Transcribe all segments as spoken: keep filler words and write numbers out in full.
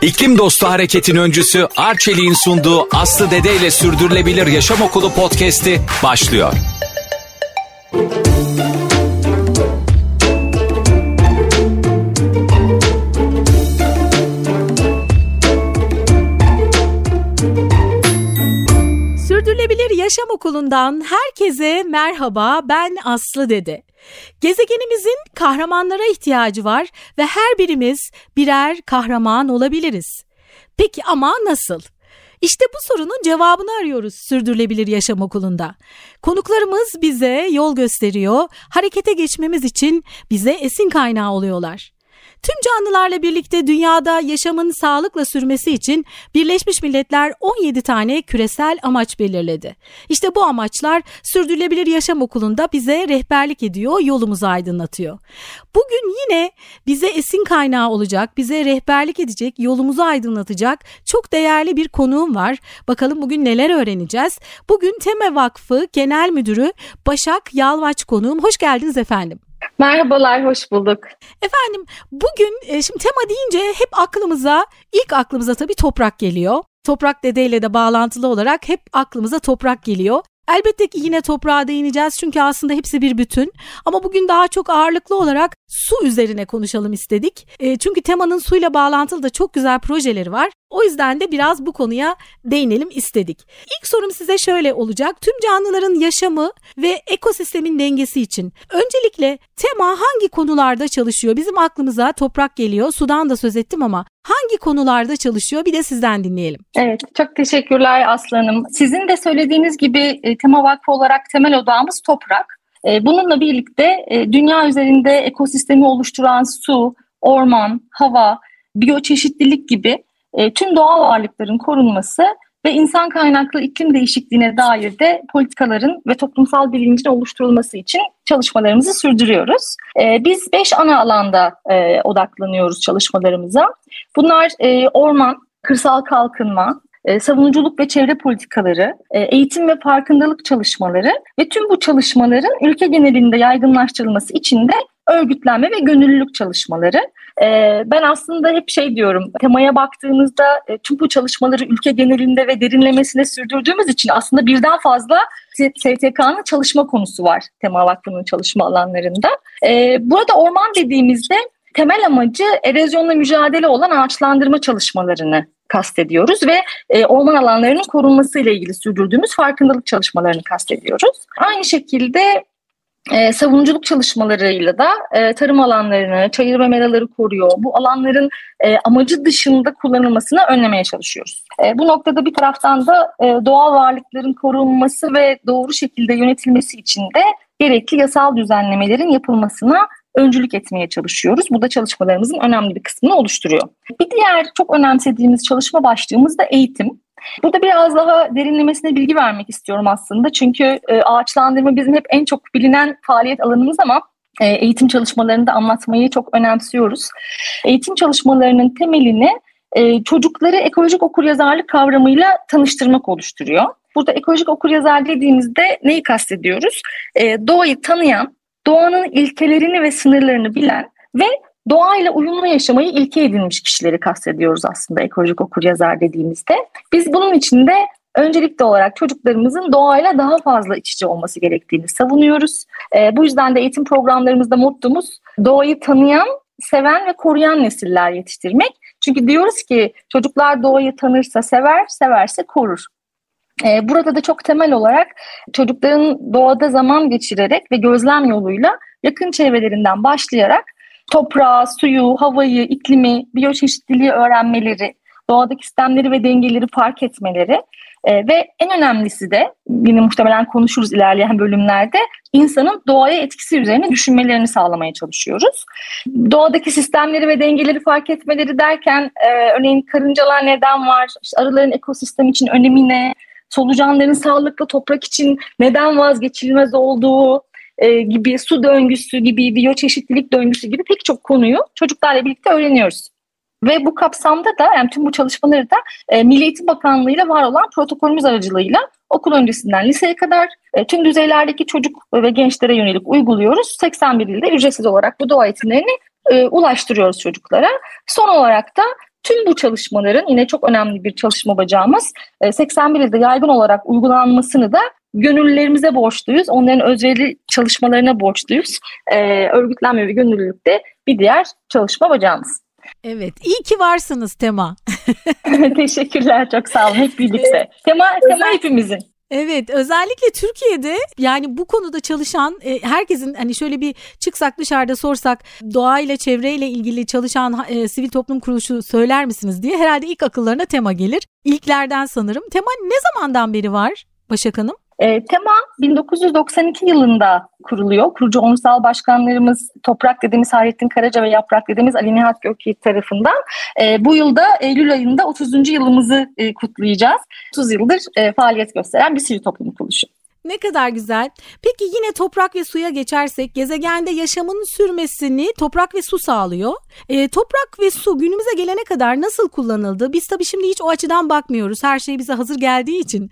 İklim Dostu Hareket'in öncüsü Arçelik'in sunduğu Aslı Dede ile Sürdürülebilir Yaşam Okulu podcast'i başlıyor. Sürdürülebilir Yaşam Okulu'ndan herkese merhaba, ben Aslı Dede. Gezegenimizin kahramanlara ihtiyacı var ve her birimiz birer kahraman olabiliriz. Peki ama nasıl? İşte bu sorunun cevabını arıyoruz Sürdürülebilir Yaşam Okulu'nda. Konuklarımız bize yol gösteriyor, harekete geçmemiz için bize esin kaynağı oluyorlar. Tüm canlılarla birlikte dünyada yaşamın sağlıkla sürmesi için Birleşmiş Milletler on yedi tane küresel amaç belirledi. İşte bu amaçlar Sürdürülebilir Yaşam Okulu'nda bize rehberlik ediyor, yolumuzu aydınlatıyor. Bugün yine bize esin kaynağı olacak, bize rehberlik edecek, yolumuzu aydınlatacak çok değerli bir konuğum var. Bakalım bugün neler öğreneceğiz? Bugün Tema Vakfı Genel Müdürü Başak Yalvaç konuğum. Hoş geldiniz efendim. Merhabalar, hoş bulduk. Efendim bugün şimdi tema deyince hep aklımıza, ilk aklımıza tabii toprak geliyor. Toprak dedeyle de bağlantılı olarak hep aklımıza toprak geliyor. Elbette ki yine toprağa değineceğiz çünkü aslında hepsi bir bütün. Ama bugün daha çok ağırlıklı olarak su üzerine konuşalım istedik. E, çünkü temanın suyla bağlantılı da çok güzel projeleri var. O yüzden de biraz bu konuya değinelim istedik. İlk sorum size şöyle olacak. Tüm canlıların yaşamı ve ekosistemin dengesi için öncelikle tema hangi konularda çalışıyor? Bizim aklımıza toprak geliyor. Sudan da söz ettim ama hangi konularda çalışıyor? Bir de sizden dinleyelim. Evet, çok teşekkürler Aslı Hanım. Sizin de söylediğiniz gibi Tema Vakfı olarak temel odağımız toprak. Bununla birlikte dünya üzerinde ekosistemi oluşturan su, orman, hava, biyoçeşitlilik gibi tüm doğal varlıkların korunması ve insan kaynaklı iklim değişikliğine dair de politikaların ve toplumsal bilincin oluşturulması için çalışmalarımızı sürdürüyoruz. Biz beş ana alanda odaklanıyoruz çalışmalarımıza. Bunlar orman, kırsal kalkınma, savunuculuk ve çevre politikaları, eğitim ve farkındalık çalışmaları ve tüm bu çalışmaların ülke genelinde yaygınlaştırılması için de örgütlenme ve gönüllülük çalışmaları. Ben aslında hep şey diyorum, temaya baktığımızda tüm bu çalışmaları ülke genelinde ve derinlemesine sürdürdüğümüz için aslında birden fazla S T K'nın çalışma konusu var Tema Vakfı'nın çalışma alanlarında. Burada orman dediğimizde temel amacı erozyonla mücadele olan ağaçlandırma çalışmalarını kastediyoruz ve e, orman alanlarının korunmasıyla ilgili sürdürdüğümüz farkındalık çalışmalarını kastediyoruz. Aynı şekilde e, savunuculuk çalışmalarıyla da e, tarım alanlarını, çayır ve meraları koruyor. Bu alanların e, amacı dışında kullanılmasını önlemeye çalışıyoruz. E, bu noktada bir taraftan da e, doğal varlıkların korunması ve doğru şekilde yönetilmesi için de gerekli yasal düzenlemelerin yapılmasına öncülük etmeye çalışıyoruz. Bu da çalışmalarımızın önemli bir kısmını oluşturuyor. Bir diğer çok önemsediğimiz çalışma başlığımız da eğitim. Burada biraz daha derinlemesine bilgi vermek istiyorum aslında. Çünkü e, ağaçlandırma bizim hep en çok bilinen faaliyet alanımız ama e, eğitim çalışmalarını da anlatmayı çok önemsiyoruz. Eğitim çalışmalarının temelini e, çocukları ekolojik okuryazarlık kavramıyla tanıştırmak oluşturuyor. Burada ekolojik okuryazar dediğimizde neyi kastediyoruz? E, doğayı tanıyan, doğanın ilkelerini ve sınırlarını bilen ve doğayla uyumlu yaşamayı ilke edinmiş kişileri kastediyoruz aslında ekolojik okuryazar dediğimizde. Biz bunun için de öncelikli olarak çocuklarımızın doğayla daha fazla iç içe olması gerektiğini savunuyoruz. E, bu yüzden de eğitim programlarımızda mottomuz doğayı tanıyan, seven ve koruyan nesiller yetiştirmek. Çünkü diyoruz ki çocuklar doğayı tanırsa sever, severse korur. Burada da çok temel olarak çocukların doğada zaman geçirerek ve gözlem yoluyla yakın çevrelerinden başlayarak toprağı, suyu, havayı, iklimi, biyoçeşitliliği öğrenmeleri, doğadaki sistemleri ve dengeleri fark etmeleri ve en önemlisi de yine muhtemelen konuşuruz ilerleyen bölümlerde insanın doğaya etkisi üzerine düşünmelerini sağlamaya çalışıyoruz. Doğadaki sistemleri ve dengeleri fark etmeleri derken örneğin karıncalar neden var, işte arıların ekosistem için önemi ne, solucanların sağlıklı toprak için neden vazgeçilmez olduğu e, gibi, su döngüsü gibi, biyoçeşitlilik döngüsü gibi pek çok konuyu çocuklarla birlikte öğreniyoruz. Ve bu kapsamda da yani tüm bu çalışmaları da e, Milli Eğitim Bakanlığı ile var olan protokolümüz aracılığıyla okul öncesinden liseye kadar e, tüm düzeylerdeki çocuk ve gençlere yönelik uyguluyoruz. seksen bir ilde ücretsiz olarak bu doğa eğitimlerini e, ulaştırıyoruz çocuklara. Son olarak da Tüm bu çalışmaların yine çok önemli bir çalışma bacağımız seksen bir ilde yaygın olarak uygulanmasını da gönüllülerimize borçluyuz. Onların özverili çalışmalarına borçluyuz. Ee, örgütlenme ve gönüllülük de bir diğer çalışma bacağımız. Evet, iyi ki varsınız Tema. Teşekkürler, çok sağ olun. Hep birlikte. Tema, tema hepimizin. Evet, özellikle Türkiye'de yani bu konuda çalışan e, herkesin, hani şöyle bir çıksak dışarıda sorsak doğayla çevreyle ilgili çalışan e, sivil toplum kuruluşu söyler misiniz diye herhalde ilk akıllarına Tema gelir. İlklerden sanırım. Tema ne zamandan beri var Başak Hanım? E, Tema bin dokuz yüz doksan iki yılında kuruluyor. Kurucu onursal başkanlarımız Toprak dediğimiz Hayrettin Karaca ve Yaprak dediğimiz Ali Nihat Gökyiğit tarafından. E, bu yılda Eylül ayında otuzuncu yılımızı e, kutlayacağız. otuz yıldır e, faaliyet gösteren bir sivil toplum kuruluşu. Ne kadar güzel. Peki yine toprak ve suya geçersek, gezegende yaşamın sürmesini toprak ve su sağlıyor. E, toprak ve su günümüze gelene kadar nasıl kullanıldı? Biz tabii şimdi hiç o açıdan bakmıyoruz. Her şey bize hazır geldiği için.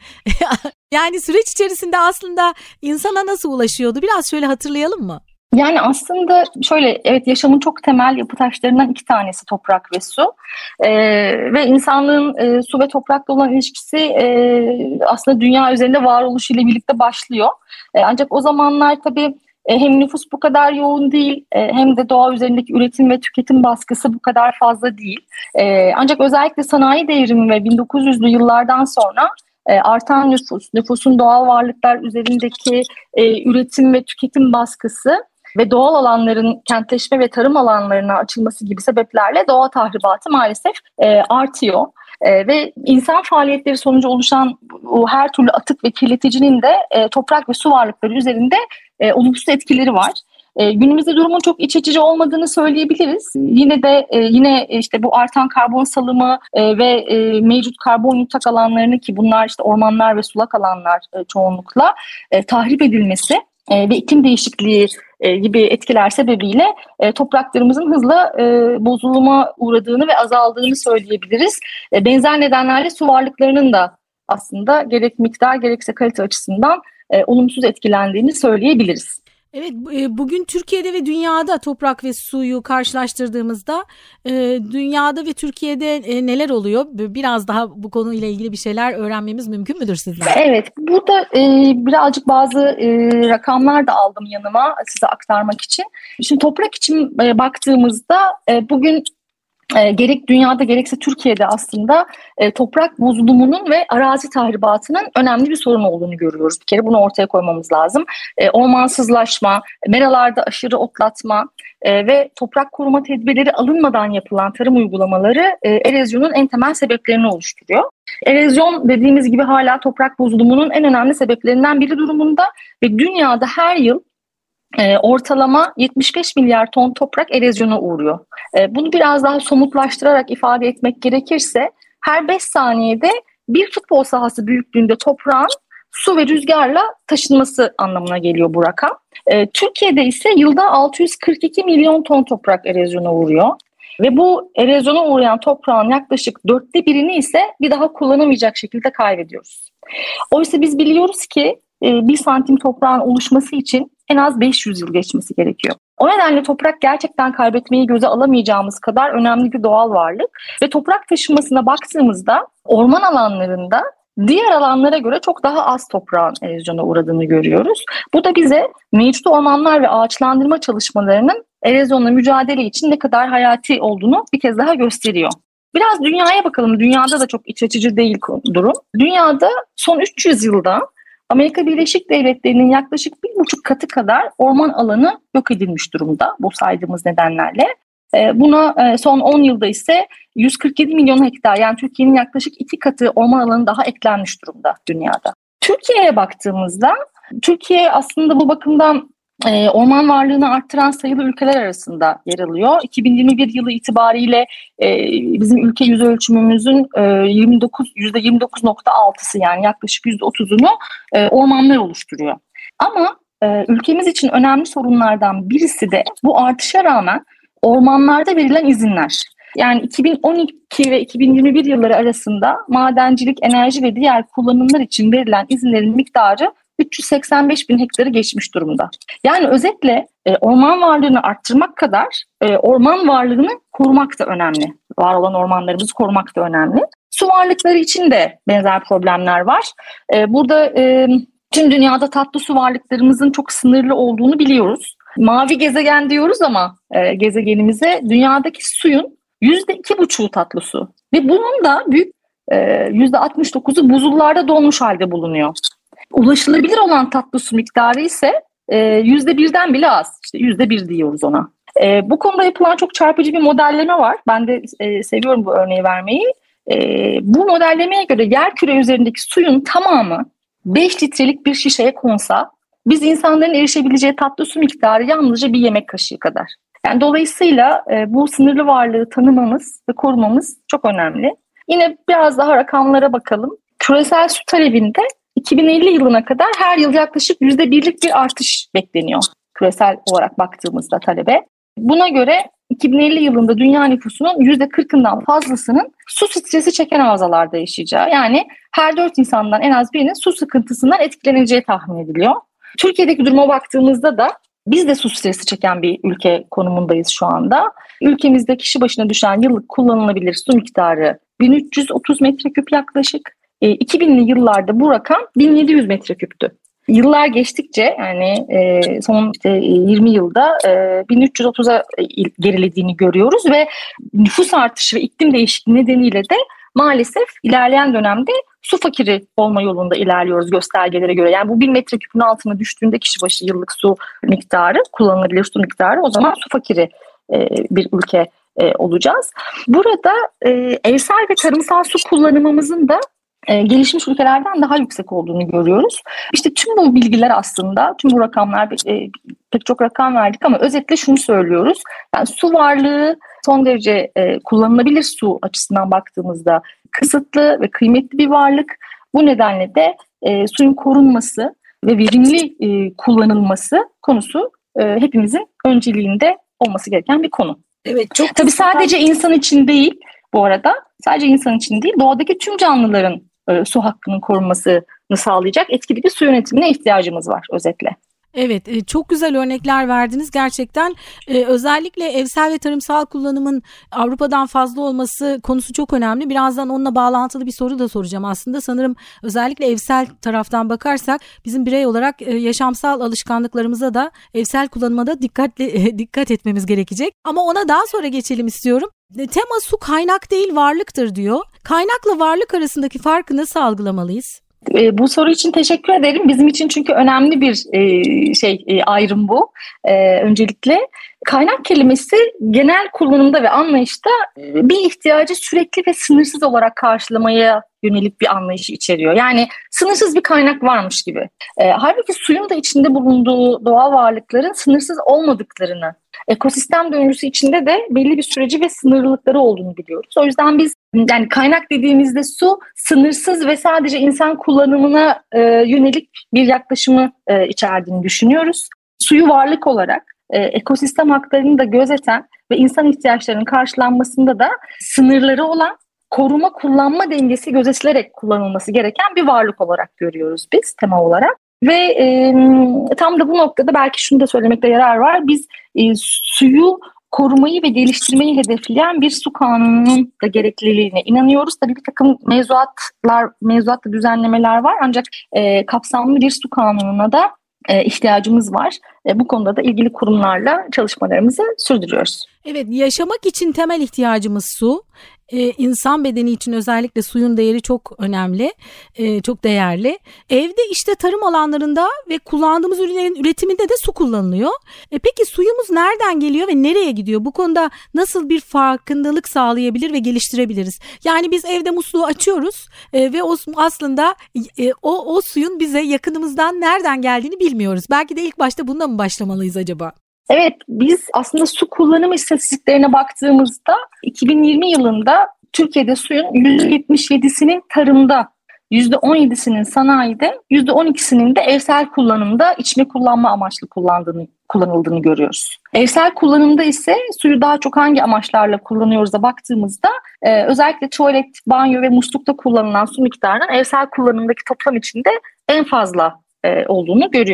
Yani süreç içerisinde aslında insana nasıl ulaşıyordu? Biraz şöyle hatırlayalım mı? Yani aslında şöyle, evet, yaşamın çok temel yapı taşlarından iki tanesi toprak ve su. Ee, ve insanlığın e, su ve toprakla olan ilişkisi e, aslında dünya üzerinde varoluşuyla birlikte başlıyor. E, ancak o zamanlar tabii e, hem nüfus bu kadar yoğun değil, e, hem de doğa üzerindeki üretim ve tüketim baskısı bu kadar fazla değil. E, ancak özellikle sanayi devrimi ve bin dokuz yüzlü yıllardan sonra E, artan nüfus, nüfusun doğal varlıklar üzerindeki e, üretim ve tüketim baskısı ve doğal alanların kentleşme ve tarım alanlarına açılması gibi sebeplerle doğa tahribatı maalesef e, artıyor. E, ve insan faaliyetleri sonucu oluşan bu her türlü atık ve kirleticinin de e, toprak ve su varlıkları üzerinde e, olumsuz etkileri var. E, günümüzde durumun çok iç açıcı olmadığını söyleyebiliriz. Yine de e, yine işte bu artan karbon salımı e, ve e, mevcut karbon yutak alanlarını, ki bunlar işte ormanlar ve sulak alanlar e, çoğunlukla e, tahrip edilmesi e, ve iklim değişikliği e, gibi etkiler sebebiyle e, topraklarımızın hızla e, bozuluma uğradığını ve azaldığını söyleyebiliriz. E, benzer nedenlerle su varlıklarının da aslında gerek miktar gerekse kalite açısından e, olumsuz etkilendiğini söyleyebiliriz. Evet, bugün Türkiye'de ve dünyada toprak ve suyu karşılaştırdığımızda dünyada ve Türkiye'de neler oluyor? Biraz daha bu konuyla ilgili bir şeyler öğrenmemiz mümkün müdür sizden? Evet, burada birazcık bazı rakamlar da aldım yanıma size aktarmak için. Şimdi toprak için baktığımızda bugün E, gerek dünyada gerekse Türkiye'de aslında e, toprak bozulumunun ve arazi tahribatının önemli bir sorun olduğunu görüyoruz. Bir kere bunu ortaya koymamız lazım. E, ormansızlaşma, meralarda aşırı otlatma e, ve toprak koruma tedbirleri alınmadan yapılan tarım uygulamaları e, erozyonun en temel sebeplerini oluşturuyor. Erozyon dediğimiz gibi hala toprak bozulumunun en önemli sebeplerinden biri durumunda ve dünyada her yıl E, ortalama yetmiş beş milyar ton toprak erozyona uğruyor. E, bunu biraz daha somutlaştırarak ifade etmek gerekirse her beş saniyede bir futbol sahası büyüklüğünde toprağın su ve rüzgarla taşınması anlamına geliyor bu rakam. E, Türkiye'de ise yılda altı yüz kırk iki milyon ton toprak erozyona uğruyor. Ve bu erozyona uğrayan toprağın yaklaşık dörtte birini ise bir daha kullanamayacak şekilde kaybediyoruz. Oysa biz biliyoruz ki bir santim toprağın oluşması için en az beş yüz yıl geçmesi gerekiyor. O nedenle toprak gerçekten kaybetmeyi göze alamayacağımız kadar önemli bir doğal varlık. Ve toprak taşınmasına baktığımızda orman alanlarında diğer alanlara göre çok daha az toprağın erozyona uğradığını görüyoruz. Bu da bize mevcut ormanlar ve ağaçlandırma çalışmalarının erozyonla mücadele için ne kadar hayati olduğunu bir kez daha gösteriyor. Biraz dünyaya bakalım. Dünyada da çok iç açıcı değil durum. Dünyada son üç yüz yılda Amerika Birleşik Devletleri'nin yaklaşık bir buçuk katı kadar orman alanı yok edilmiş durumda bu saydığımız nedenlerle. Buna son on yılda ise yüz kırk yedi milyon hektar, yani Türkiye'nin yaklaşık iki katı orman alanı daha eklenmiş durumda dünyada. Türkiye'ye baktığımızda Türkiye aslında bu bakımdan orman varlığını arttıran sayılı ülkeler arasında yer alıyor. iki bin yirmi bir yılı itibariyle bizim ülke yüz ölçümümüzün yirmi dokuz yüzde yirmi dokuz nokta altısı, yani yaklaşık yüzde otuzunu ormanlar oluşturuyor. Ama ülkemiz için önemli sorunlardan birisi de bu artışa rağmen ormanlarda verilen izinler. Yani iki bin on iki ve iki bin yirmi bir yılları arasında madencilik, enerji ve diğer kullanımlar için verilen izinlerin miktarı üç yüz seksen beş bin hektarı geçmiş durumda. Yani özetle e, orman varlığını arttırmak kadar e, orman varlığını korumak da önemli var olan ormanlarımızı korumak da önemli. Su varlıkları için de benzer problemler var. E, burada e, tüm dünyada tatlı su varlıklarımızın çok sınırlı olduğunu biliyoruz. Mavi gezegen diyoruz ama e, gezegenimize dünyadaki suyun yüzde iki buçuğu tatlı su. Ve bunun da büyük e, yüzde altmış dokuzu buzullarda donmuş halde bulunuyor. Ulaşılabilir olan tatlı su miktarı ise e, yüzde birden bile az. İşte yüzde bir diyoruz ona. E, bu konuda yapılan çok çarpıcı bir modelleme var. Ben de e, seviyorum bu örneği vermeyi. E, bu modellemeye göre yerküre üzerindeki suyun tamamı beş litrelik bir şişeye konsa biz insanların erişebileceği tatlı su miktarı yalnızca bir yemek kaşığı kadar. Yani dolayısıyla e, bu sınırlı varlığı tanımamız ve korumamız çok önemli. Yine biraz daha rakamlara bakalım. Küresel su talebinde iki bin elli yılına kadar her yıl yaklaşık yüzde birlik bir artış bekleniyor küresel olarak baktığımızda talebe. Buna göre iki bin elli yılında dünya nüfusunun yüzde kırkından fazlasının su stresi çeken havzalarda yaşayacağı, yani her dört insandan en az birinin su sıkıntısından etkileneceği tahmin ediliyor. Türkiye'deki duruma baktığımızda da biz de su stresi çeken bir ülke konumundayız şu anda. Ülkemizde kişi başına düşen yıllık kullanılabilir su miktarı bin üç yüz otuz metreküp yaklaşık. E, iki binli yıllarda bu rakam bin yedi yüz metreküptü. Yıllar geçtikçe, yani e, son işte, yirmi yılda e, bin üç yüz otuza gerilediğini görüyoruz ve nüfus artışı ve iklim değişikliği nedeniyle de maalesef ilerleyen dönemde su fakiri olma yolunda ilerliyoruz göstergelere göre. Yani bu bin metreküpün altına düştüğünde kişi başı yıllık su miktarı, kullanılabilir su miktarı, o zaman su fakiri e, bir ülke e, olacağız. Burada e, evsel ve tarımsal su kullanımımızın da e, gelişmiş ülkelerden daha yüksek olduğunu görüyoruz. İşte tüm bu bilgiler aslında, tüm bu rakamlar, e, pek çok rakam verdik ama özetle şunu söylüyoruz. Yani su varlığı son derece e, kullanılabilir su açısından baktığımızda kısıtlı ve kıymetli bir varlık. Bu nedenle de e, suyun korunması ve verimli e, kullanılması konusu e, hepimizin önceliğinde olması gereken bir konu. Evet, çok tabii sadece insan için değil bu arada, sadece insan için değil, doğadaki tüm canlıların e, su hakkının korunmasını sağlayacak etkili bir su yönetimine ihtiyacımız var özetle. Evet, çok güzel örnekler verdiniz gerçekten. Ee, özellikle evsel ve tarımsal kullanımın Avrupa'dan fazla olması konusu çok önemli. Birazdan onunla bağlantılı bir soru da soracağım aslında. Sanırım özellikle evsel taraftan bakarsak bizim birey olarak e, yaşamsal alışkanlıklarımıza da evsel kullanıma da dikkatli e, dikkat etmemiz gerekecek. Ama ona daha sonra geçelim istiyorum. E, tema su kaynak değil varlıktır diyor. Kaynakla varlık arasındaki farkı nasıl algılamalıyız? E, bu soru için teşekkür ederim. Bizim için çünkü önemli bir e, şey e, ayrım bu. E, öncelikle kaynak kelimesi genel kullanımda ve anlayışta e, bir ihtiyacı sürekli ve sınırsız olarak karşılamaya yönelik bir anlayışı içeriyor. Yani sınırsız bir kaynak varmış gibi. E, halbuki suyun da içinde bulunduğu doğal varlıkların sınırsız olmadıklarını, ekosistem döngüsü içinde de belli bir süreci ve sınırlılıkları olduğunu biliyoruz. O yüzden biz, yani kaynak dediğimizde su sınırsız ve sadece insan kullanımına e, yönelik bir yaklaşımı e, içerdiğini düşünüyoruz. Suyu varlık olarak e, ekosistem haklarını da gözeten ve insan ihtiyaçlarının karşılanmasında da sınırları olan, koruma kullanma dengesi gözetilerek kullanılması gereken bir varlık olarak görüyoruz biz tema olarak. Ve e, tam da bu noktada belki şunu da söylemekte yarar var. Biz e, suyu korumayı ve geliştirmeyi hedefleyen bir su kanununun da gerekliliğine inanıyoruz. Tabii bir takım mevzuatlar, mevzuatla düzenlemeler var ancak e, kapsamlı bir su kanununa da e, ihtiyacımız var. E, bu konuda da ilgili kurumlarla çalışmalarımızı sürdürüyoruz. Evet, yaşamak için temel ihtiyacımız su. Ee, insan bedeni için özellikle suyun değeri çok önemli, ee, çok değerli. Evde işte tarım alanlarında ve kullandığımız ürünlerin üretiminde de su kullanılıyor. E peki suyumuz nereden geliyor ve nereye gidiyor? Bu konuda nasıl bir farkındalık sağlayabilir ve geliştirebiliriz? Yani biz evde musluğu açıyoruz e, ve o aslında e, o, o suyun bize yakınımızdan nereden geldiğini bilmiyoruz. Belki de ilk başta bununla mı başlamalıyız acaba? Evet, biz aslında su kullanımı istatistiklerine baktığımızda iki bin yirmi yılında Türkiye'de suyun yüzde yetmiş yedisinin tarımda, yüzde on yedisinin sanayide, yüzde on ikisinin de evsel kullanımda içme kullanma amaçlı kullandığını, kullanıldığını görüyoruz. Evsel kullanımda ise suyu daha çok hangi amaçlarla kullanıyoruz da baktığımızda e, özellikle tuvalet, banyo ve muslukta kullanılan su miktarının evsel kullanımdaki toplam içinde en fazla e, olduğunu görüyoruz.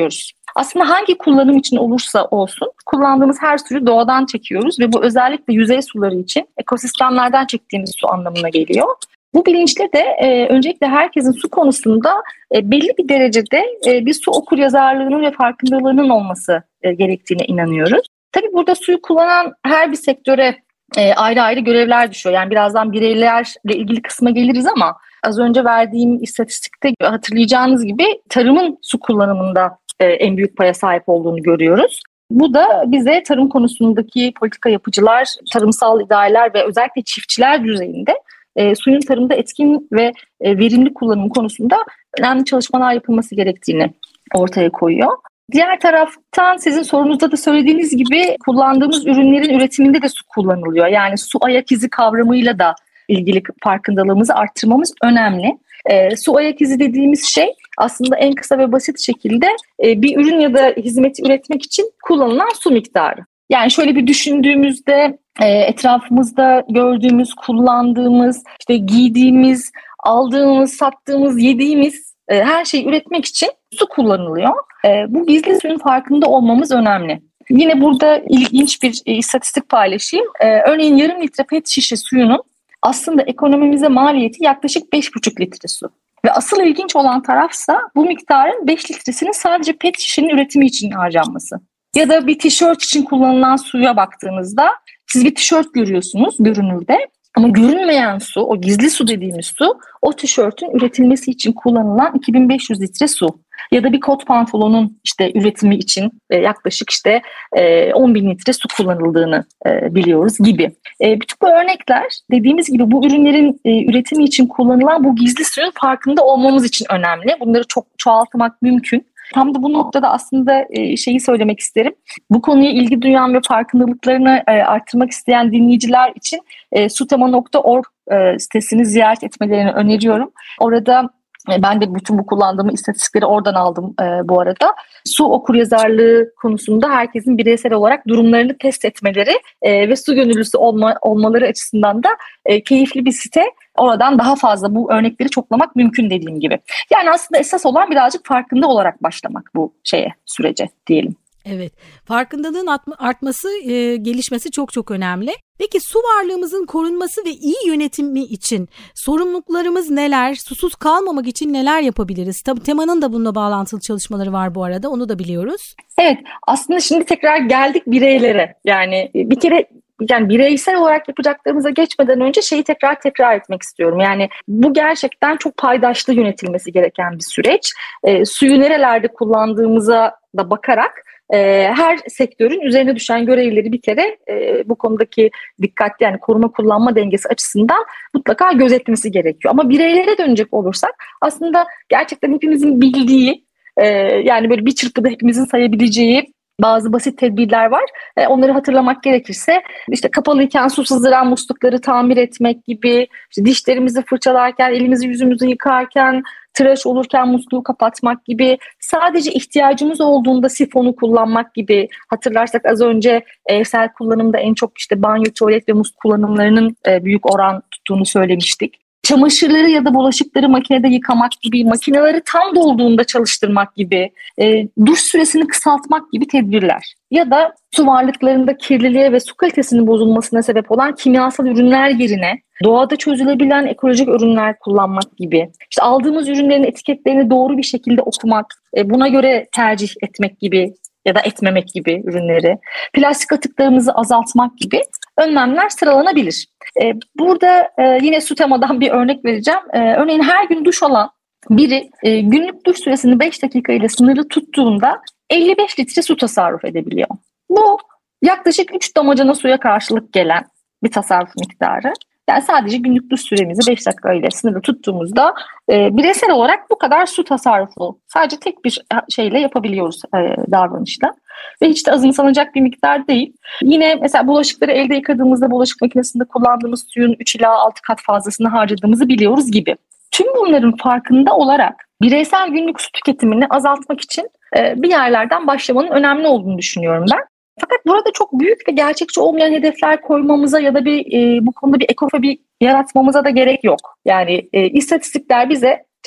Aslında hangi kullanım için olursa olsun kullandığımız her suyu doğadan çekiyoruz ve bu özellikle yüzey suları için ekosistemlerden çektiğimiz su anlamına geliyor. Bu bilinçle de e, öncelikle herkesin su konusunda e, belli bir derecede e, bir su okuryazarlığının ve farkındalığının olması e, gerektiğine inanıyoruz. Tabii burada suyu kullanan her bir sektöre e, ayrı ayrı görevler düşüyor. Yani birazdan bireylerle ilgili kısma geliriz ama az önce verdiğim istatistikte hatırlayacağınız gibi tarımın su kullanımında e, en büyük paya sahip olduğunu görüyoruz. Bu da bize tarım konusundaki politika yapıcılar, tarımsal idareler ve özellikle çiftçiler düzeyinde E, suyun tarımda etkin ve e, verimli kullanım konusunda önemli çalışmalar yapılması gerektiğini ortaya koyuyor. Diğer taraftan sizin sorunuzda da söylediğiniz gibi kullandığımız ürünlerin üretiminde de su kullanılıyor. Yani su ayak izi kavramıyla da ilgili farkındalığımızı arttırmamız önemli. E, su ayak izi dediğimiz şey aslında en kısa ve basit şekilde e, bir ürün ya da hizmeti üretmek için kullanılan su miktarı. Yani şöyle bir düşündüğümüzde e, etrafımızda gördüğümüz, kullandığımız, işte giydiğimiz, aldığımız, sattığımız, yediğimiz e, her şeyi üretmek için su kullanılıyor. E, bu gizli suyun farkında olmamız önemli. Yine burada ilginç bir e, istatistik paylaşayım. E, örneğin yarım litre pet şişe suyunun aslında ekonomimize maliyeti yaklaşık beş buçuk litre su. Ve asıl ilginç olan tarafsa bu miktarın beş litresinin sadece pet şişenin üretimi için harcanması. Ya da bir tişört için kullanılan suya baktığınızda siz bir tişört görüyorsunuz görünürde ama görünmeyen su, o gizli su dediğimiz su, o tişörtün üretilmesi için kullanılan iki bin beş yüz litre su. Ya da bir kot pantolonun işte üretimi için yaklaşık işte on bin litre su kullanıldığını biliyoruz gibi. Bütün bu örnekler dediğimiz gibi bu ürünlerin üretimi için kullanılan bu gizli suyun farkında olmamız için önemli. Bunları çok çoğaltmak mümkün. Tam da bu noktada aslında şeyi söylemek isterim. Bu konuya ilgi duyan ve farkındalıklarını arttırmak isteyen dinleyiciler için sutema nokta org sitesini ziyaret etmelerini öneriyorum. Orada ben de bütün bu kullandığım istatistikleri oradan aldım bu arada. Su okuryazarlığı konusunda herkesin bireysel olarak durumlarını test etmeleri ve su gönüllüsü olma, olmaları açısından da keyifli bir site. Oradan daha fazla bu örnekleri çoklamak mümkün dediğim gibi. Yani aslında esas olan birazcık farkında olarak başlamak bu şeye, sürece diyelim. Evet, farkındalığın artması, e, gelişmesi çok çok önemli. Peki su varlığımızın korunması ve iyi yönetimi için sorumluluklarımız neler? Susuz kalmamak için neler yapabiliriz? Tabii temanın da bununla bağlantılı çalışmaları var bu arada, onu da biliyoruz. Evet, aslında şimdi tekrar geldik bireylere. Yani bir kere yani bireysel olarak yapacaklarımıza geçmeden önce şeyi tekrar tekrar etmek istiyorum. Yani bu gerçekten çok paydaşlı yönetilmesi gereken bir süreç. E, suyu nerelerde kullandığımıza da bakarak e, her sektörün üzerine düşen görevleri bir kere e, bu konudaki dikkatli yani koruma kullanma dengesi açısından mutlaka gözetmesi gerekiyor. Ama bireylere dönecek olursak aslında gerçekten hepimizin bildiği e, yani böyle bir çırpıda hepimizin sayabileceği bazı basit tedbirler var. E, onları hatırlamak gerekirse işte kapalıyken su sızdıran muslukları tamir etmek gibi, işte dişlerimizi fırçalarken, elimizi yüzümüzü yıkarken, tıraş olurken musluğu kapatmak gibi, sadece ihtiyacımız olduğunda sifonu kullanmak gibi. Hatırlarsak az önce evsel kullanımda en çok işte banyo, tuvalet ve musluk kullanımlarının e, büyük oran tuttuğunu söylemiştik. Çamaşırları ya da bulaşıkları makinede yıkamak gibi, makineleri tam dolduğunda çalıştırmak gibi, e, duş süresini kısaltmak gibi tedbirler. Ya da su varlıklarında kirliliğe ve su kalitesinin bozulmasına sebep olan kimyasal ürünler yerine doğada çözülebilen ekolojik ürünler kullanmak gibi. İşte aldığımız ürünlerin etiketlerini doğru bir şekilde okumak, e, buna göre tercih etmek gibi ya da etmemek gibi ürünleri, plastik atıklarımızı azaltmak gibi önlemler sıralanabilir. Ee, burada e, yine Sutema'dan bir örnek vereceğim. Ee, örneğin her gün duş alan biri e, günlük duş süresini beş dakika ile sınırlı tuttuğunda elli beş litre su tasarruf edebiliyor. Bu yaklaşık üç damacana suya karşılık gelen bir tasarruf miktarı. Yani sadece günlük duş süremizi beş dakika ile sınırlı tuttuğumuzda e, bireysel olarak bu kadar su tasarrufu sadece tek bir şeyle yapabiliyoruz e, davranışla. Ve hiç de azımsanacak bir miktar değil. Yine mesela bulaşıkları elde yıkadığımızda bulaşık makinesinde kullandığımız suyun üç ila altı kat fazlasını harcadığımızı biliyoruz gibi. Tüm bunların farkında olarak bireysel günlük su tüketimini azaltmak için e, bir yerlerden başlamanın önemli olduğunu düşünüyorum ben. Fakat burada çok büyük ve gerçekçi olmayan hedefler koymamıza ya da bir e, bu konuda bir ekofobi yaratmamıza da gerek yok. Yani e, istatistikler bize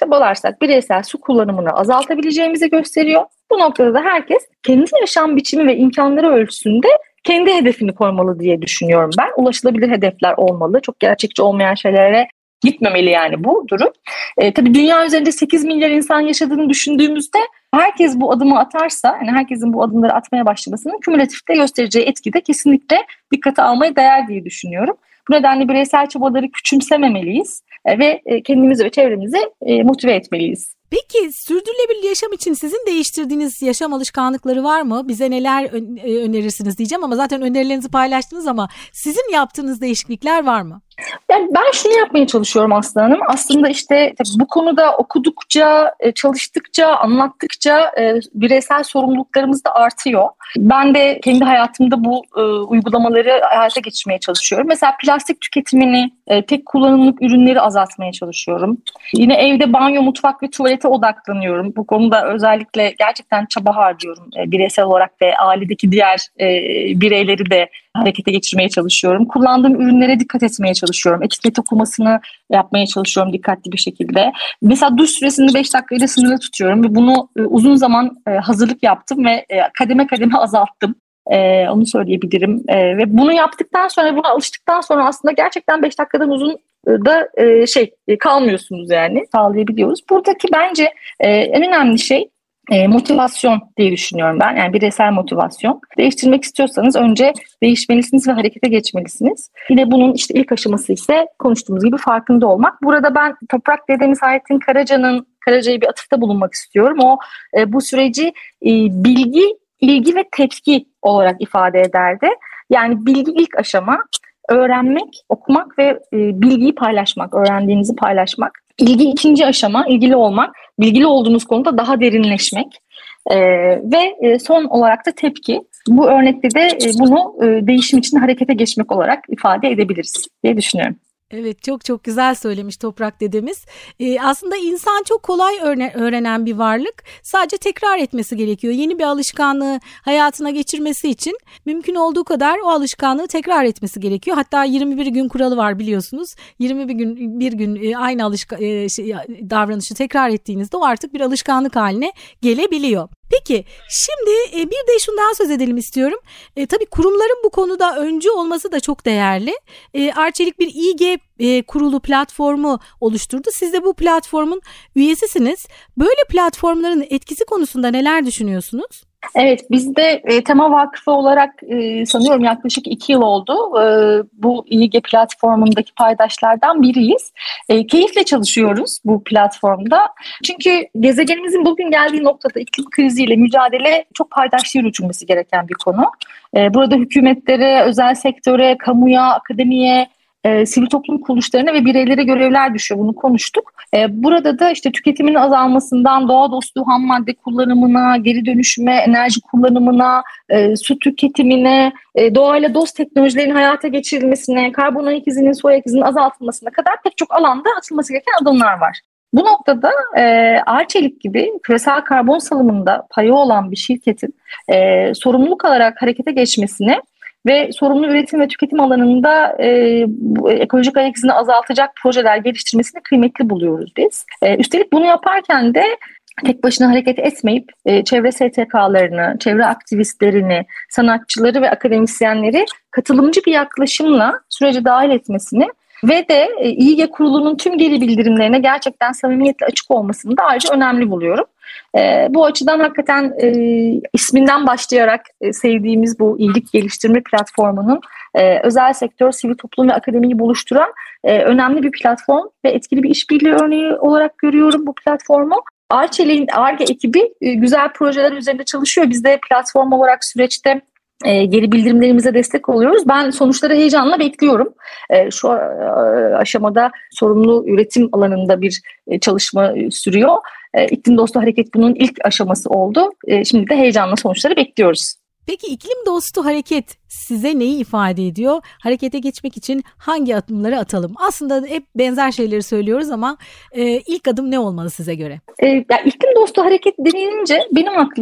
çabalarsak bireysel su kullanımını azaltabileceğimizi gösteriyor. Bu noktada da herkes kendi yaşam biçimi ve imkanları ölçüsünde kendi hedefini koymalı diye düşünüyorum ben. Ulaşılabilir hedefler olmalı. Çok gerçekçi olmayan şeylere gitmemeli yani bu durum. E, tabii dünya üzerinde sekiz milyar insan yaşadığını düşündüğümüzde herkes bu adımı atarsa, yani herkesin bu adımları atmaya başlamasının kümülatifte göstereceği etki de kesinlikle dikkate almaya değer diye düşünüyorum. Bu nedenle bireysel çabaları küçümsememeliyiz e, ve e, kendimizi ve çevremizi e, motive etmeliyiz. Peki sürdürülebilir yaşam için sizin değiştirdiğiniz yaşam alışkanlıkları var mı? Bize neler önerirsiniz diyeceğim ama zaten önerilerinizi paylaştınız, ama sizin yaptığınız değişiklikler var mı? Yani ben şunu yapmaya çalışıyorum Aslı Hanım. Aslında işte bu konuda okudukça, çalıştıkça, anlattıkça bireysel sorumluluklarımız da artıyor. Ben de kendi hayatımda bu uygulamaları hayata geçirmeye çalışıyorum. Mesela plastik tüketimini, tek kullanımlık ürünleri azaltmaya çalışıyorum. Yine evde banyo, mutfak ve tuvalete odaklanıyorum. Bu konuda özellikle gerçekten çaba harcıyorum. Bireysel olarak ve ailedeki diğer bireyleri de harekete geçirmeye çalışıyorum. Kullandığım ürünlere dikkat etmeye çalışıyorum. Etiket okumasını yapmaya çalışıyorum dikkatli bir şekilde. Mesela duş süresini beş dakikayla sınırlı tutuyorum ve bunu uzun zaman hazırlık yaptım ve kademe kademe azalttım. Ee, onu söyleyebilirim. Ee, ve bunu yaptıktan sonra, buna alıştıktan sonra aslında gerçekten beş dakikadan uzun da e, şey e, kalmıyorsunuz yani, sağlayabiliyoruz. Buradaki bence e, en önemli şey E, motivasyon diye düşünüyorum ben. Yani bireysel motivasyon. Değiştirmek istiyorsanız önce değişmelisiniz ve harekete geçmelisiniz. Yine bunun işte ilk aşaması ise konuştuğumuz gibi farkında olmak. Burada ben Toprak dedemiz Hayrettin Karaca'nın Karaca'ya bir atıfta bulunmak istiyorum. O e, bu süreci e, bilgi, ilgi ve tepki olarak ifade ederdi. Yani bilgi ilk aşama, öğrenmek, okumak ve e, bilgiyi paylaşmak, öğrendiğinizi paylaşmak. İlgi ikinci aşama, ilgili olmak, bilgili olduğunuz konuda daha derinleşmek ee, ve e, son olarak da tepki. Bu örnekte de e, bunu e, değişim için harekete geçmek olarak ifade edebiliriz diye düşünüyorum. Evet, çok çok güzel söylemiş Toprak dedemiz. Ee, aslında insan çok kolay öğren- öğrenen bir varlık. Sadece tekrar etmesi gerekiyor. Yeni bir alışkanlığı hayatına geçirmesi için mümkün olduğu kadar o alışkanlığı tekrar etmesi gerekiyor. Hatta yirmi bir gün kuralı var biliyorsunuz. yirmi bir gün bir gün aynı alışka- e, şey, davranışı tekrar ettiğinizde o artık bir alışkanlık haline gelebiliyor. Peki şimdi e, bir de şundan söz edelim istiyorum. E, tabii kurumların bu konuda öncü olması da çok değerli. E, Arçelik bir İ-G e, kurulu platformu oluşturdu. Siz de bu platformun üyesisiniz. Böyle platformların etkisi konusunda neler düşünüyorsunuz? Evet, biz de e, Tema Vakfı olarak e, sanıyorum yaklaşık iki yıl oldu. E, bu İ-G platformundaki paydaşlardan biriyiz. E, keyifle çalışıyoruz bu platformda. Çünkü gezegenimizin bugün geldiği noktada iklim kriziyle mücadele çok paydaşlı yürütülmesi gereken bir konu. E, burada hükümetlere, özel sektöre, kamuya, akademiye, E, sivil toplum kuruluşlarına ve bireylere görevler düşüyor. Bunu konuştuk. E, burada da işte tüketimin azalmasından doğa dostu ham madde kullanımına, geri dönüşüme, enerji kullanımına, e, su tüketimine, e, doğayla dost teknolojilerin hayata geçirilmesine, karbon ayak izinin, su ayak izinin azaltılmasına kadar pek çok alanda atılması gereken adımlar var. Bu noktada e, Arçelik gibi küresel karbon salımında payı olan bir şirketin e, sorumluluk alarak harekete geçmesini ve sorumlu üretim ve tüketim alanında e, ekolojik ayak izini azaltacak projeler geliştirmesini kıymetli buluyoruz biz. E, üstelik bunu yaparken de tek başına hareket etmeyip e, çevre S T K'larını, çevre aktivistlerini, sanatçıları ve akademisyenleri katılımcı bir yaklaşımla sürece dahil etmesini ve de e, İ-G kurulunun tüm geri bildirimlerine gerçekten samimiyetle açık olmasını da ayrıca önemli buluyorum. E, bu açıdan hakikaten e, isminden başlayarak e, sevdiğimiz bu iyilik geliştirme platformunun e, özel sektör, sivil toplum ve akademiyi buluşturan e, önemli bir platform ve etkili bir işbirliği örneği olarak görüyorum bu platformu. Arçelik'in Ar-Ge ekibi e, güzel projeler üzerinde çalışıyor. Biz de platform olarak süreçte E, geri bildirimlerimize destek oluyoruz. Ben sonuçları heyecanla bekliyorum. E, şu e, aşamada sorumlu üretim alanında bir e, çalışma sürüyor. E, İklim Dostu Hareket bunun ilk aşaması oldu. E, şimdi de heyecanla sonuçları bekliyoruz. Peki iklim dostu hareket size neyi ifade ediyor? Harekete geçmek için hangi adımları atalım? Aslında hep benzer şeyleri söylüyoruz ama e, ilk adım ne olmalı size göre? E, ya, iklim dostu hareket denilince benim aklıma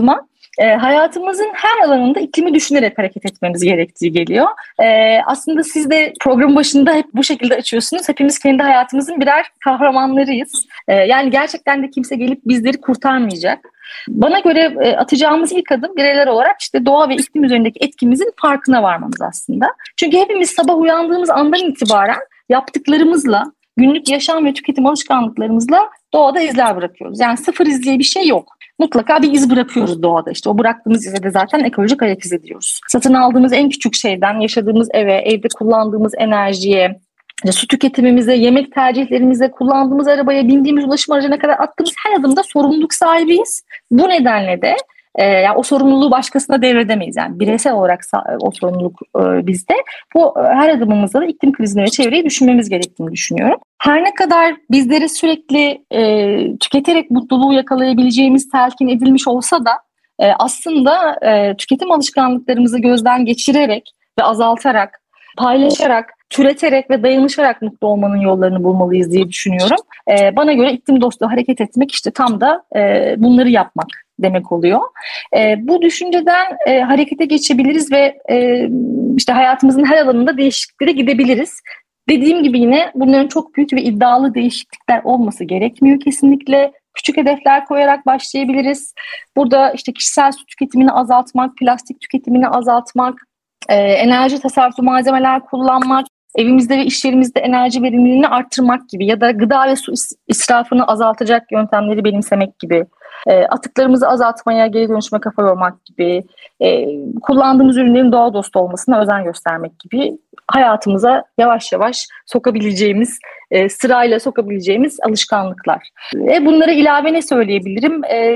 E, hayatımızın her alanında iklimi düşünerek hareket etmemiz gerektiği geliyor. E, aslında siz de program başında hep bu şekilde açıyorsunuz. Hepimiz kendi hayatımızın birer kahramanlarıyız. E, yani gerçekten de kimse gelip bizleri kurtarmayacak. Bana göre e, atacağımız ilk adım bireyler olarak işte doğa ve iklim üzerindeki etkimizin farkına varmamız aslında. Çünkü hepimiz sabah uyandığımız andan itibaren yaptıklarımızla, günlük yaşam ve tüketim alışkanlıklarımızla doğada izler bırakıyoruz. Yani sıfır iz diye bir şey yok. Mutlaka bir iz bırakıyoruz doğada. İşte o bıraktığımız ize de zaten ekolojik ayak izi diyoruz. Satın aldığımız en küçük şeyden yaşadığımız eve, evde kullandığımız enerjiye, su tüketimimize, yemek tercihlerimize, kullandığımız arabaya, bindiğimiz ulaşım aracına kadar attığımız her adımda sorumluluk sahibiyiz. Bu nedenle de e, yani o sorumluluğu başkasına devredemeyiz. Yani bireysel olarak o sorumluluk e, bizde. Bu e, her adımımızda da iklim krizini ve çevreyi düşünmemiz gerektiğini düşünüyorum. Her ne kadar bizleri sürekli e, tüketerek mutluluğu yakalayabileceğimiz telkin edilmiş olsa da e, aslında e, tüketim alışkanlıklarımızı gözden geçirerek ve azaltarak, paylaşarak, türeterek ve dayanışarak mutlu olmanın yollarını bulmalıyız diye düşünüyorum. Ee, bana göre iklim dostu hareket etmek işte tam da e, bunları yapmak demek oluyor. E, bu düşünceden e, harekete geçebiliriz ve e, işte hayatımızın her alanında değişikliklere gidebiliriz. Dediğim gibi yine bunların çok büyük ve iddialı değişiklikler olması gerekmiyor kesinlikle. Küçük hedefler koyarak başlayabiliriz. Burada işte kişisel su tüketimini azaltmak, plastik tüketimini azaltmak, e, enerji tasarrufu malzemeler kullanmak, evimizde ve iş yerimizde enerji verimliliğini arttırmak gibi ya da gıda ve su israfını azaltacak yöntemleri benimsemek gibi, e, atıklarımızı azaltmaya, geri dönüşüme kafa yormak gibi, e, kullandığımız ürünlerin doğa dostu olmasına özen göstermek gibi hayatımıza yavaş yavaş sokabileceğimiz, e, sırayla sokabileceğimiz alışkanlıklar. Ve bunlara ilave ne söyleyebilirim? E,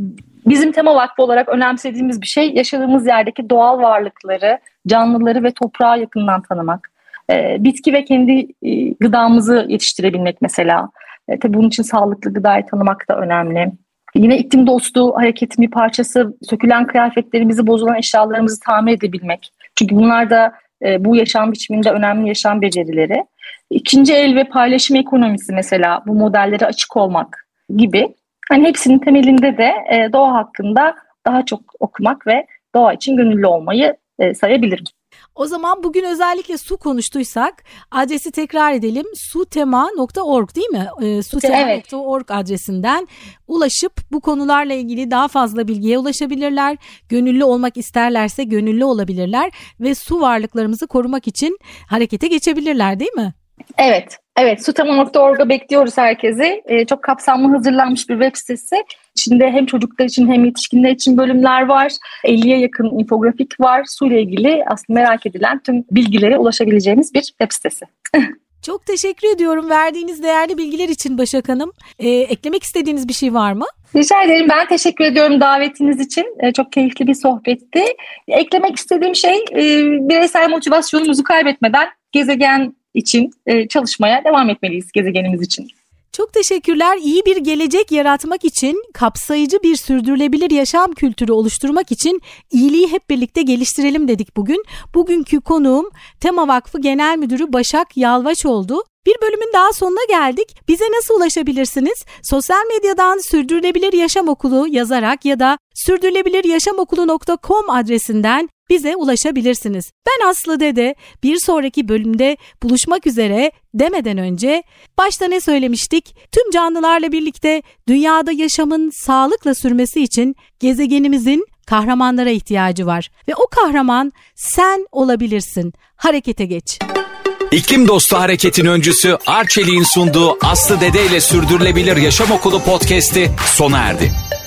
bizim Tema Vakfı olarak önemsediğimiz bir şey yaşadığımız yerdeki doğal varlıkları, canlıları ve toprağı yakından tanımak. E, bitki ve kendi e, gıdamızı yetiştirebilmek mesela. E, tabii bunun için sağlıklı gıdayı tanımak da önemli. Yine iklim dostu hareketin bir parçası sökülen kıyafetlerimizi, bozulan eşyalarımızı tamir edebilmek. Çünkü bunlar da e, bu yaşam biçiminde önemli yaşam becerileri. İkinci el ve paylaşım ekonomisi mesela, bu modellere açık olmak gibi. Hani hepsinin temelinde de e, doğa hakkında daha çok okumak ve doğa için gönüllü olmayı e, sayabilirim. O zaman bugün özellikle su konuştuysak adresi tekrar edelim. sutema nokta org değil mi? E, sutema nokta org evet. Adresinden ulaşıp bu konularla ilgili daha fazla bilgiye ulaşabilirler. Gönüllü olmak isterlerse gönüllü olabilirler ve su varlıklarımızı korumak için harekete geçebilirler değil mi? Evet. Evet, sutema nokta org'a bekliyoruz herkesi. Ee, çok kapsamlı hazırlanmış bir web sitesi. İçinde hem çocuklar için hem yetişkinler için bölümler var. elliye yakın infografik var. Su ile ilgili aslında merak edilen tüm bilgilere ulaşabileceğimiz bir web sitesi. Çok teşekkür ediyorum verdiğiniz değerli bilgiler için Başak Hanım. Ee, eklemek istediğiniz bir şey var mı? Rica ederim. Ben teşekkür ediyorum davetiniz için. Ee, çok keyifli bir sohbetti. Eklemek istediğim şey e, bireysel motivasyonumuzu kaybetmeden gezegen için e, çalışmaya devam etmeliyiz gezegenimiz için. Çok teşekkürler. İyi bir gelecek yaratmak için, kapsayıcı bir sürdürülebilir yaşam kültürü oluşturmak için iyiliği hep birlikte geliştirelim dedik bugün. Bugünkü konuğum Tema Vakfı Genel Müdürü Başak Yalvaç oldu. Bir bölümün daha sonuna geldik. Bize nasıl ulaşabilirsiniz? Sosyal medyadan Sürdürülebilir Yaşam Okulu yazarak ya da sürdürülebiliryaşamokulu nokta com adresinden bize ulaşabilirsiniz. Ben Aslı Dede. Bir sonraki bölümde buluşmak üzere demeden önce başta ne söylemiştik? Tüm canlılarla birlikte dünyada yaşamın sağlıkla sürmesi için gezegenimizin kahramanlara ihtiyacı var. Ve o kahraman sen olabilirsin. Harekete geç. İklim Dostu Hareket'in öncüsü Arçelik'in sunduğu Aslı Dede ile Sürdürülebilir Yaşam Okulu podcast'i sona erdi.